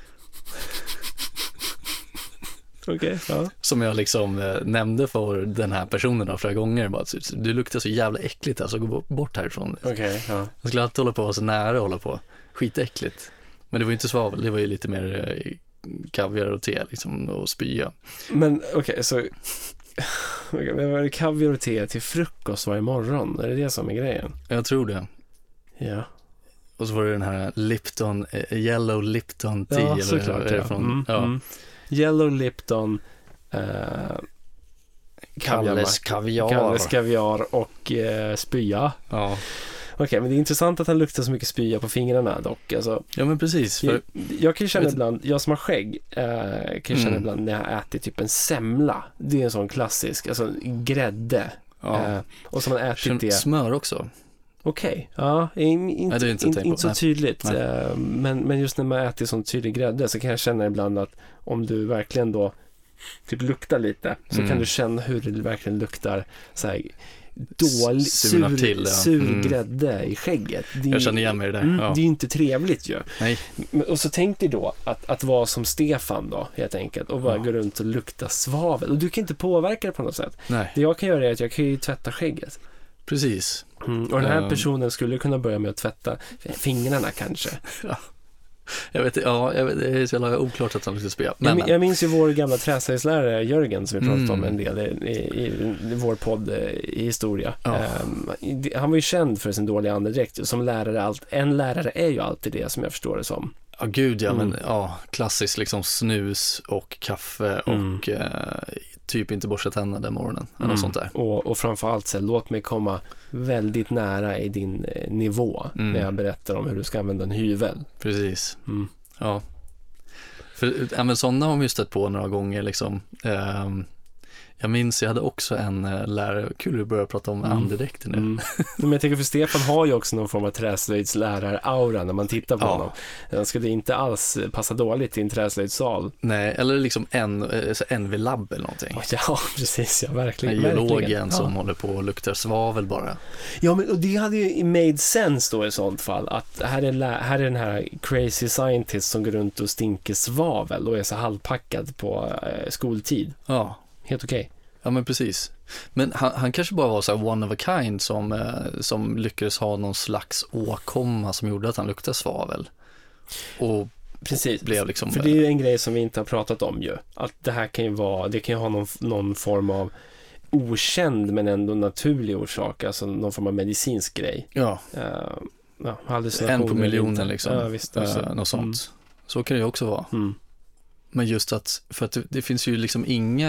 Okej, ja. Som jag liksom nämnde för den här personen då, flera gånger. Bara, du luktar så jävla äckligt, alltså gå bort härifrån. Okej, ja. Jag skulle alltid hålla på så nära hålla på. Skitäckligt. Men det var ju inte svavel, det var ju lite mer kaviar och te liksom, och spya. Men okej, men var det kaviar och te till frukost varje morgon? Är det som är grejen? Jag tror det. Ja. Och så var det den här Lipton, Yellow Lipton tea. Ja, såklart. Ja. Yellow Lipton, Kalles kaviar och spya. Ja. Okej, men det är intressant att han luktar så mycket spya på fingrarna dock. Alltså, ja, men precis. Jag kan ju känna ibland, jag som har skägg, kan känna ibland när jag äter typ en semla. Det är en sån klassisk, alltså grädde. Ja. Och så man ätit det. Smör också. Okej, ja, inte så tydligt. Men just när man äter sån tydlig grädde så kan jag känna ibland att om du verkligen då typ luktar lite så kan du känna hur det verkligen luktar så här dålig, sur grädde i skägget. Jag känner igen mig i det där. Det är ju inte trevligt ju. Nej. Och så tänkte då att vara som Stefan då, helt enkelt, och bara gå runt och lukta svavel. Och du kan inte påverka det på något sätt. Nej. Det jag kan göra är att jag kan ju tvätta skägget. Precis. Och den här personen skulle kunna börja med att tvätta fingrarna kanske. Ja. Jag vet, det är så jävla oklart att han skulle spela. Jag minns ju vår gamla träslöjdslärare Jörgen som vi pratade om en del i vår podd i historia. Ja. Han var ju känd för sin dåliga andedräkt. Som lärare, en lärare är ju alltid det som jag förstår det som. Ja, gud ja, men klassiskt liksom snus och kaffe och typ inte borsta tänderna den morgonen eller något sånt där. Och framförallt så låt mig komma väldigt nära i din nivå när jag berättar om hur du ska använda en hyvel. Precis. Ja. För men sådana har man ju stött på några gånger liksom. Jag minns, jag hade också en lärare, kul att börja prata om andedräkter nu. Men jag tänker för Stefan har ju också någon form av träslöjdslärare-aura när man tittar på honom. Den skulle inte alls passa dåligt i en träslöjdssal. Nej, eller liksom NV-labb eller någonting. Ja, precis, ja, verkligen. Geologen som håller på och luktar svavel bara. Ja, men och det hade ju made sense då i sånt fall, att här är den här crazy scientist som går runt och stinker svavel och är så halvpackad på skoltid. Ja. Helt okej. Ja, men precis. Men han kanske bara var så här one of a kind som lyckades ha någon slags åkomma som gjorde att han luktade svavel. Och precis. Blev liksom, för det är ju en grej som vi inte har pratat om ju. Att det här kan ju vara, det kan ju ha någon form av okänd men ändå naturlig orsak, alltså någon form av medicinsk grej. Ja. En på miljonen liksom. Ja, visst, något sånt. Så kan det ju också vara. Men just för att det finns ju liksom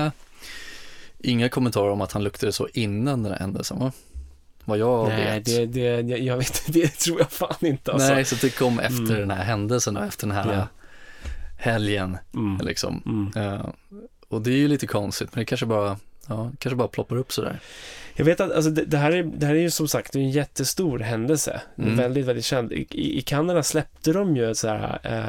inga kommentarer om att han luktade så innan den här händelsen, va? Vad jag vet. Nej, jag vet, det tror jag fan inte. Alltså. Nej, så det kom efter den här händelsen och efter den här helgen. Liksom. Och det är ju lite konstigt, men det kanske bara ploppar upp sådär. Jag vet att alltså, det här är ju som sagt en jättestor händelse. Väldigt, väldigt känd. I Kanada släppte de ju ett så här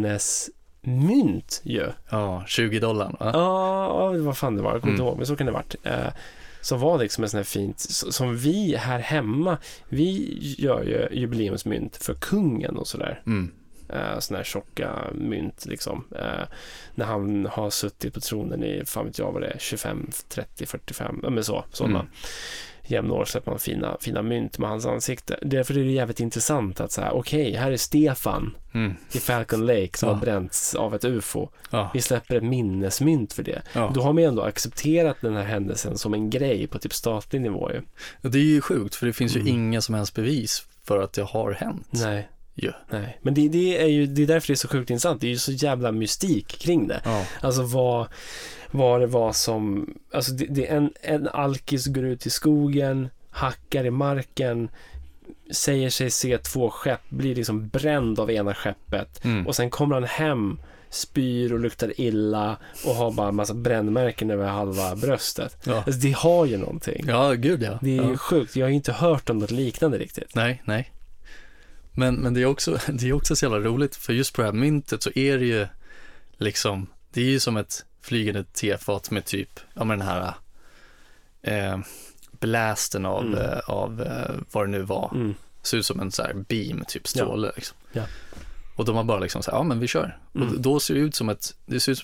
minnesmynt ju. Ja, $20. Va? Ja, vad fan det var, jag kommer inte ihåg, men så kan det ha varit. Som var liksom en sån här fint, som vi här hemma, vi gör ju jubileumsmynt för kungen och sådär. Såna här tjocka mynt liksom. När han har suttit på tronen i, fan vet jag vad det är, 25, 30, 45, men sådana. Jämna år släpper man fina mynt med hans ansikte. Därför är det jävligt intressant att säga, okej, här är Stefan i Falcon Lake som har bränts av ett UFO. Vi släpper ett minnesmynt för det. Då har man ändå accepterat den här händelsen som en grej på typ statlig nivå ju. Det är ju sjukt, för det finns ju inga som helst bevis för att det har hänt. Nej. Nej, men det är därför det är så sjukt intressant. Det är ju så jävla mystik kring det. Alltså vad det var som, alltså det är en alkis går ut i skogen, hackar i marken, säger sig se 2 skepp, blir liksom bränd av ena skeppet och sen kommer han hem, spyr och luktar illa och har bara en massa brännmärken över halva bröstet. Alltså det har ju någonting. Ja, gud ja. Det är ju sjukt. Jag har ju inte hört om något liknande riktigt. Nej. Men det är också så jävla roligt, för just på det här myntet så är det ju liksom, det är ju som ett flygande tefat med typ, ja men den här blästen av vad det nu var. Ser ut som en så här beam, typ stråle liksom. Ja. Och de har bara liksom så här, ja men vi kör. Och då ser det ut som ett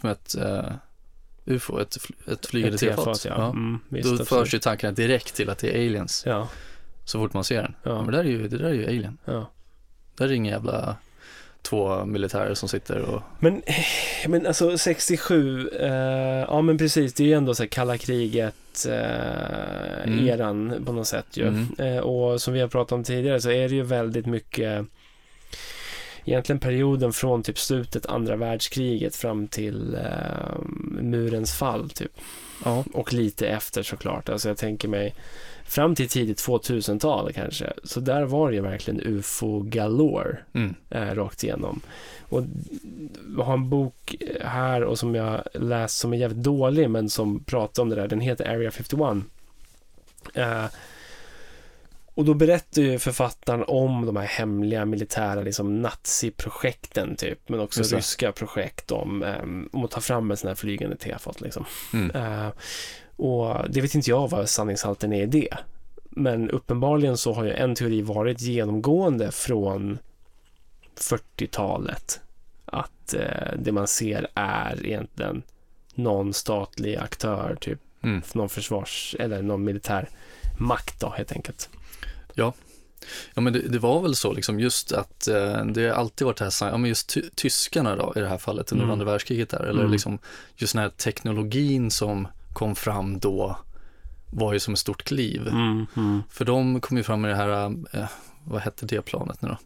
UFO, ett flygande tefat. Då förs ju tankarna direkt till att det är aliens. Ja. Så fort man ser den. Men det där är ju alien. Ja. Där är inga jävla 2 militärer som sitter och... Men alltså 67, ja men precis, det är ju ändå så här kalla kriget eran på något sätt ju. Och som vi har pratat om tidigare så är det ju väldigt mycket egentligen perioden från typ slutet andra världskriget fram till murens fall typ. Ja. Och lite efter såklart. Alltså jag tänker mig fram till tidigt 2000-tal kanske. Så där var det ju verkligen UFO galore rakt igenom. Och jag har en bok här och som jag läst som är jävligt dålig men som pratar om det där. Den heter Area 51. Och då berättar ju författaren om de här hemliga militära liksom naziprojekten typ, men också ryska projekt om att ta fram en sån här flygande tefat liksom. Och det vet inte jag vad sanningshalten är i det. Men uppenbarligen så har ju en teori varit genomgående från 40-talet att det man ser är egentligen någon statlig aktör typ, någon försvars eller någon militär makt då helt enkelt. Ja, men det var väl så liksom, just att det har alltid varit det här, ja men just tyskarna då i det här fallet under andra världskriget där, eller liksom just den här teknologin som kom fram då var ju som ett stort kliv. För de kom ju fram med det här, vad hette det planet nu då?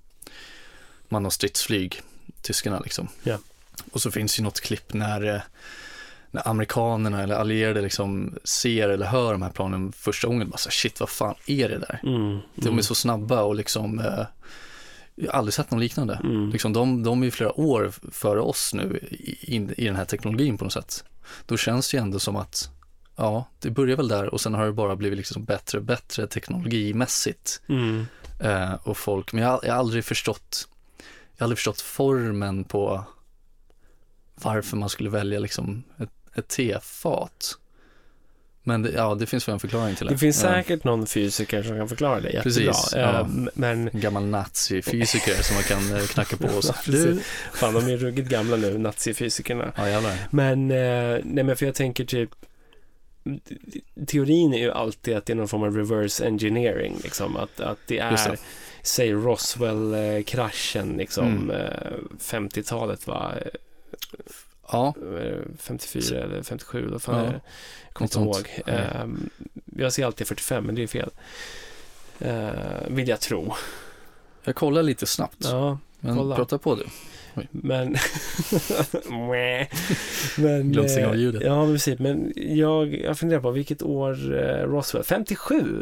Man har stridsflyg, tyskarna liksom. Yeah. Och så finns ju något klipp när när amerikanerna eller allierade liksom ser eller hör de här planen första gången, bara så shit, vad fan är det där? De är så snabba och liksom jag har aldrig sett något liknande. Liksom de är ju flera år före oss nu i den här teknologin på något sätt. Då känns det ju ändå som att det börjar väl där och sen har det bara blivit liksom bättre teknologimässigt. Och folk, men jag har aldrig förstått formen på varför man skulle välja liksom ett tefat. Men det finns väl en förklaring till det. Det finns säkert någon fysiker som kan förklara det jättebra. Precis, men gammal nazi-fysiker som man kan knacka på och så. Fan, de är ruggigt gamla nu, nazi-fysikerna. Ja, jävlar. Men för jag tänker typ, teorin är ju alltid att det är någon form av reverse engineering liksom, att det är säg Roswell-kraschen liksom 50-talet va? 54 eller 57 då fan jag kommer inte ihåg. Jag ser alltid 45 men det är fel. Vill jag tro. Jag kollar lite snabbt. Men prata på du. Men glömsing av ljudet. Ja, precis. Men jag funderar på vilket år Roswell 57.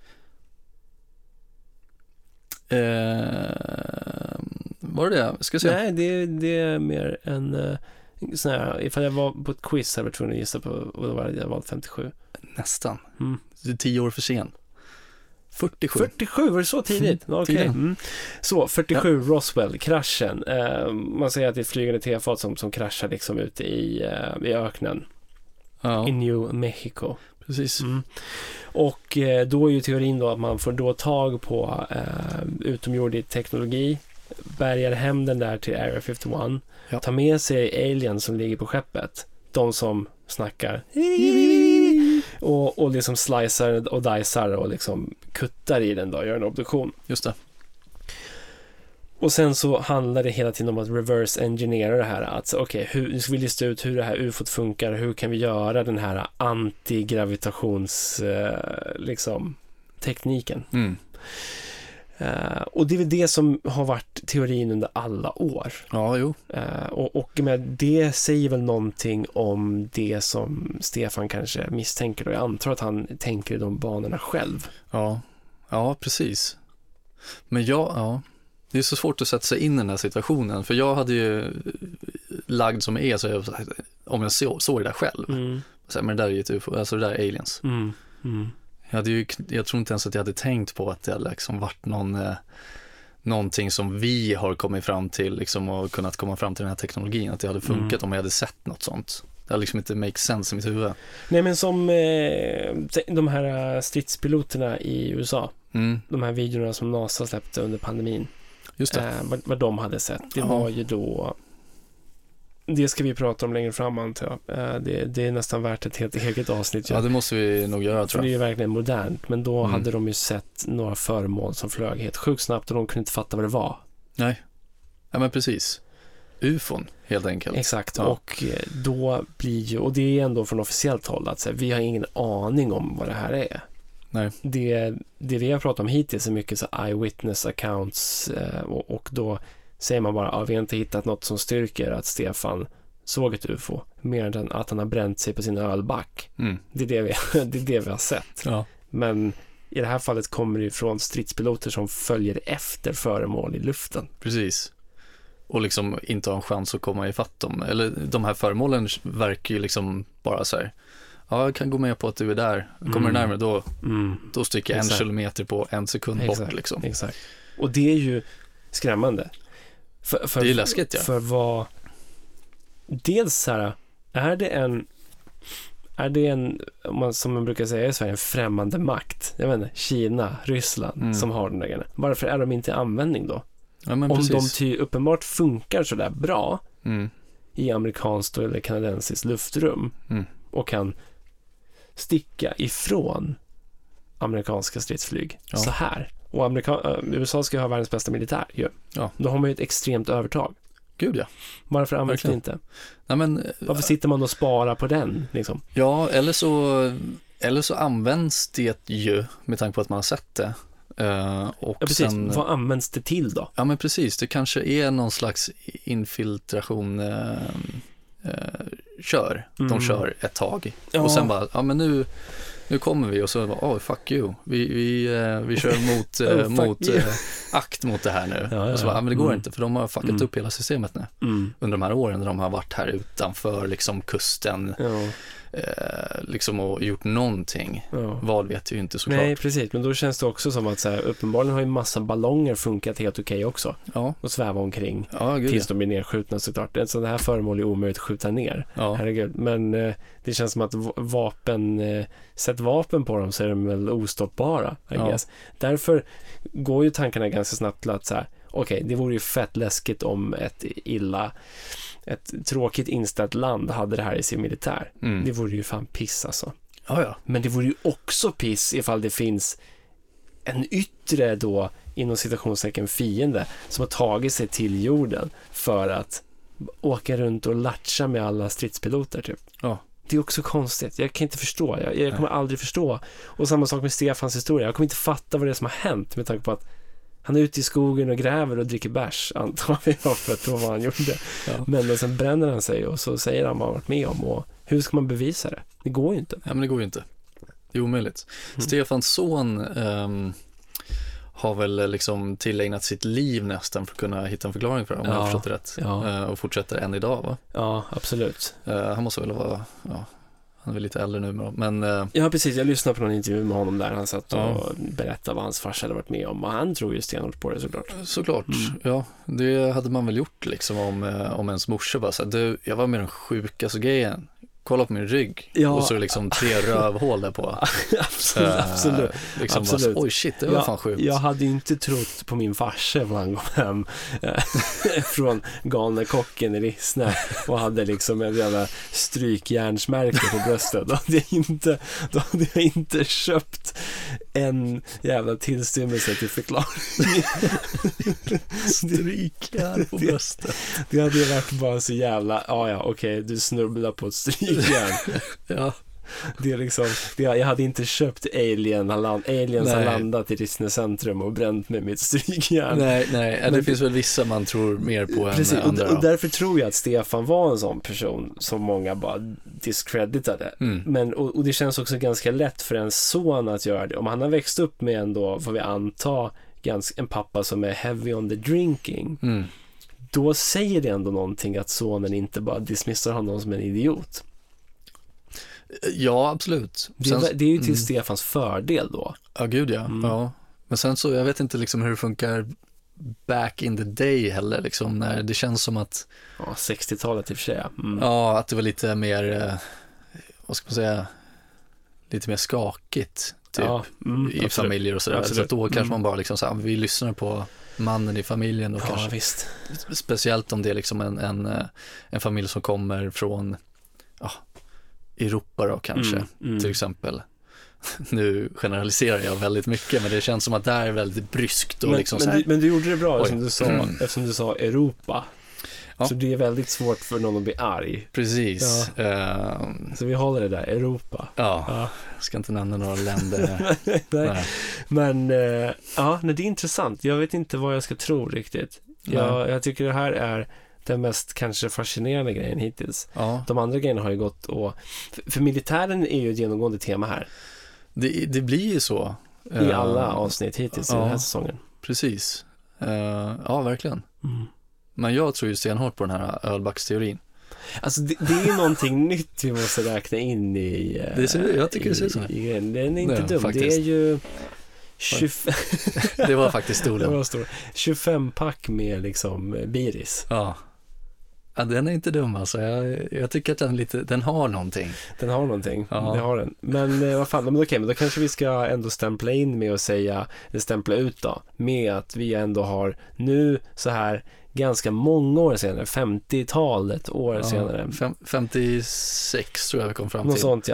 Var det? Ska jag se. Nej, det är mer en sån här, ifall jag var på ett quiz här var tvungen att gissa på vad det var jag valde 57. Nästan. Det är 10 år för sen. 47, var det så tidigt? Okej. Så, 47 Roswell-kraschen. Man säger att det är ett flygande tefat som kraschar liksom ute i öknen. I New Mexico. Precis. Och då är ju teorin då att man får då tag på utomjordig teknologi, bärgar hem den där till Area 51, tar med sig aliens som ligger på skeppet, de som snackar och liksom slicear och dicear och liksom kuttar i den då, gör en obduktion. Just det. Och sen så handlar det hela tiden om att reverse engineera det här, att nu ska vi lista ut hur det här UFOt funkar, hur kan vi göra den här antigravitations liksom tekniken. Och det är väl det som har varit teorin under alla år. Ja, jo. Och med det säger väl någonting om det som Stefan kanske misstänker, och jag antar att han tänker i de banorna själv. Ja, precis. Men det är så svårt att sätta sig in i den här situationen, för jag hade ju lagd som är så om jag såg det där själv. Så här, men det där är ju ett UFO, alltså det där är aliens. Jag tror inte ens att jag hade tänkt på att det hade liksom varit någonting som vi har kommit fram till liksom, och kunnat komma fram till den här teknologin, att det hade funkat om jag hade sett något sånt. Det hade liksom inte make sense i mitt huvud. Nej, men som de här stridspiloterna i USA, de här videorna som NASA släppte under pandemin. Just det. Vad de hade sett. Det var ju då, det ska vi prata om längre fram, antar jag. Det är nästan värt ett helt eget avsnitt. Ja, det måste vi nog göra, tror jag. Det är verkligen modernt. Men då hade de ju sett några föremål som flög helt sjukt snabbt och de kunde inte fatta vad det var. Nej, ja men precis. UFOn, helt enkelt. Exakt, och då blir ju, och det är ändå från officiellt håll att vi har ingen aning om vad det här är. Nej. Det vi har pratat om hittills är mycket så eyewitness accounts och då säger man bara vi har inte hittat något som styrker att Stefan såg ett UFO, mer än att han har bränt sig på sin ölback. Det är det vi har sett. Ja. Men i det här fallet kommer det från stridspiloter som följer efter föremål i luften. Precis. Och liksom inte har en chans att komma ifatt dem. Eller de här föremålen verkar ju liksom bara så här, jag kan gå med på att du är där. Kommer du närmare då sticker jag 1 kilometer på 1 sekund bort liksom. Exakt. Och det är ju skrämmande. För det är läskigt, ja. För vad dels så här, är det en som man brukar säga i Sverige, en främmande makt. Jag menar, Kina, Ryssland som har den där grejen. Varför är de inte i användning då? Ja, men om precis. de uppenbart funkar så där bra i amerikanskt eller kanadensiskt luftrum och kan sticka ifrån amerikanska stridsflyg så här. Och USA ska ha världens bästa militär ju. Ja. Då har man ju ett extremt övertag. Gud, ja. Varför används det inte? Nej, men, varför sitter man och sparar på den? Liksom? Ja, eller så används det ju med tanke på att man har sett det. Och precis. Sen, vad används det till då? Ja, men precis. Det kanske är någon slags infiltration kör. De kör ett tag. Ja. Och sen bara, ja men nu kommer vi och så bara, fuck you. Vi kör mot akt mot det här nu. Ja. Och så bara, men det går inte för de har fuckat upp hela systemet nu. Under de här åren när de har varit här utanför liksom kusten. Ja. Liksom och gjort någonting. Ja. Vad vet ju inte såklart. Nej, precis. Men då känns det också som att så här, uppenbarligen har ju massa ballonger funkat helt okej också. Ja. Och sväva omkring. Ja, gud, tills de blir nedskjutna såklart. Så det här föremål är omöjligt att skjuta ner. Ja. Herregud. Men det känns som att sätt vapen på dem så är de väl ostoppbara, I guess. Därför går ju tankarna ganska snabbt till att så här, okej, det vore ju fett läskigt om ett tråkigt inställt land hade det här i sin militär. Det vore ju fan piss alltså. Ja. Men det vore ju också piss ifall det finns en yttre då, inom citationstecken fiende, som har tagit sig till jorden för att åka runt och latcha med alla stridspiloter typ. Ja. Det är också konstigt. Jag kan inte förstå. Jag kommer aldrig förstå. Och samma sak med Stefans historia. Jag kommer inte fatta vad det är som har hänt med tanke på att han är ute i skogen och gräver och dricker bärs, antar jag, för att det var vad han gjorde. Ja. Men sen bränner han sig och så säger han vad han varit med om. Och hur ska man bevisa det? Det går ju inte. Ja, men det går ju inte. Det är omöjligt. Stefans son har väl liksom tillägnat sitt liv nästan för att kunna hitta en förklaring för det, om jag har förstått det rätt. Ja. Och fortsätter än idag, va? Ja, absolut. Han måste väl vara... Ja. Han är väl lite äldre nu, men... Ja, precis. Jag lyssnade på någon intervju med honom där. Han satt och berättade vad hans farsa hade varit med om. Och han tror ju stenhårt på det, såklart. Såklart, ja. Det hade man väl gjort, liksom, om ens morsa bara så här, jag var med den sjukaste grejen. Kolla på min rygg. Ja. Och så liksom 3 rövhål där på. Absolut. Liksom absolut. Bara, oj shit, det var fan sjukt. Jag hade inte trott på min farsa när han kom hem från galna kocken i Rissne och hade liksom en jävla strykjärnsmärke på bröstet. Då hade jag inte köpt en jävla tillstymmelse till förklaring. Strykjärn på bröstet. Det hade ju varit bara så jävla, okej, du snubblar på ett strykjärn. Ja. Det är liksom, jag hade inte köpt aliens har landat i Rissne centrum och bränt med mitt strykjärn. Nej, det finns väl vissa man tror mer på precis, än andra. Och därför tror jag att Stefan var en sån person som många bara discreditade. Men, och det känns också ganska lätt för en son att göra det. Om han har växt upp med ändå, får vi anta, en pappa som är heavy on the drinking, då säger det ändå någonting att sonen inte bara dismissar honom som en idiot. Ja, absolut. Det är ju till Stefans fördel då. Ja, gud ja. Ja. Men sen så, jag vet inte liksom hur det funkar back in the day heller, liksom, när det känns som att 60-talet i och för sig. Ja, att det var lite mer vad ska man säga, lite mer skakigt typ, i familjer och sådär. Så att då kanske man bara liksom så här, vi lyssnar på mannen i familjen och kanske, visst. Speciellt om det är liksom en familj som kommer från Europa då kanske, till exempel. Nu generaliserar jag väldigt mycket, men det känns som att det här är väldigt bryskt. Och men du gjorde det bra eftersom du sa Europa. Ja. Så det är väldigt svårt för någon att bli arg. Precis. Ja. Så vi håller det där, Europa. Ja. Jag ska inte nämna några länder. Nej. Men det är intressant. Jag vet inte vad jag ska tro riktigt. Jag tycker det här är den mest kanske fascinerande grejen hittills. Ja. De andra grejerna har ju gått för militären är ju ett genomgående tema här. Det blir ju så. I alla avsnitt hittills i den här säsongen. Precis. Ja, verkligen. Men jag tror ju stenhårt på den här ölbacksteorin. Alltså det är ju någonting nytt vi måste räkna in i... jag tycker det ser så. Den är inte dum. Faktiskt. Det är ju... 25... det var faktiskt stor. Det var stor. 25-pack med liksom biris. Ja, den är inte dum alltså. Jag tycker att den har någonting. Den har någonting, det har den. Men vad fan, men okej, men då kanske vi ska ändå stämpla in med att säga, eller stämpla ut då, med att vi ändå har nu så här ganska många år senare, 50-talet år senare. 56 tror jag vi kom fram till. Något sånt,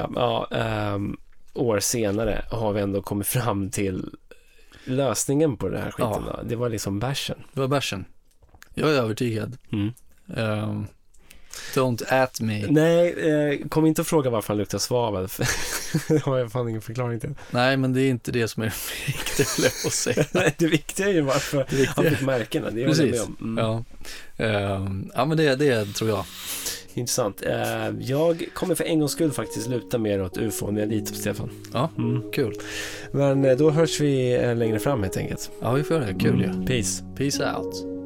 år senare har vi ändå kommit fram till lösningen på den här skiten. Det var liksom bärsen. Det var bärsen. Jag är övertygad. Don't at me. Nej, kom inte att fråga varför han luktar svavel. Det har jag fan ingen förklaring till. Nej, men det är inte det som är viktigt, vill jag säga. Nej, det viktiga är ju varför han fick märkena. Det är precis. Ja. Ja, men det tror jag. Intressant. Jag kommer för en gångs skull faktiskt luta mer åt UFO. Jag litar på Stefan. Ja, kul. Men då hörs vi längre fram helt enkelt. Ja, vi får göra det. Kul ju. Peace. Peace out.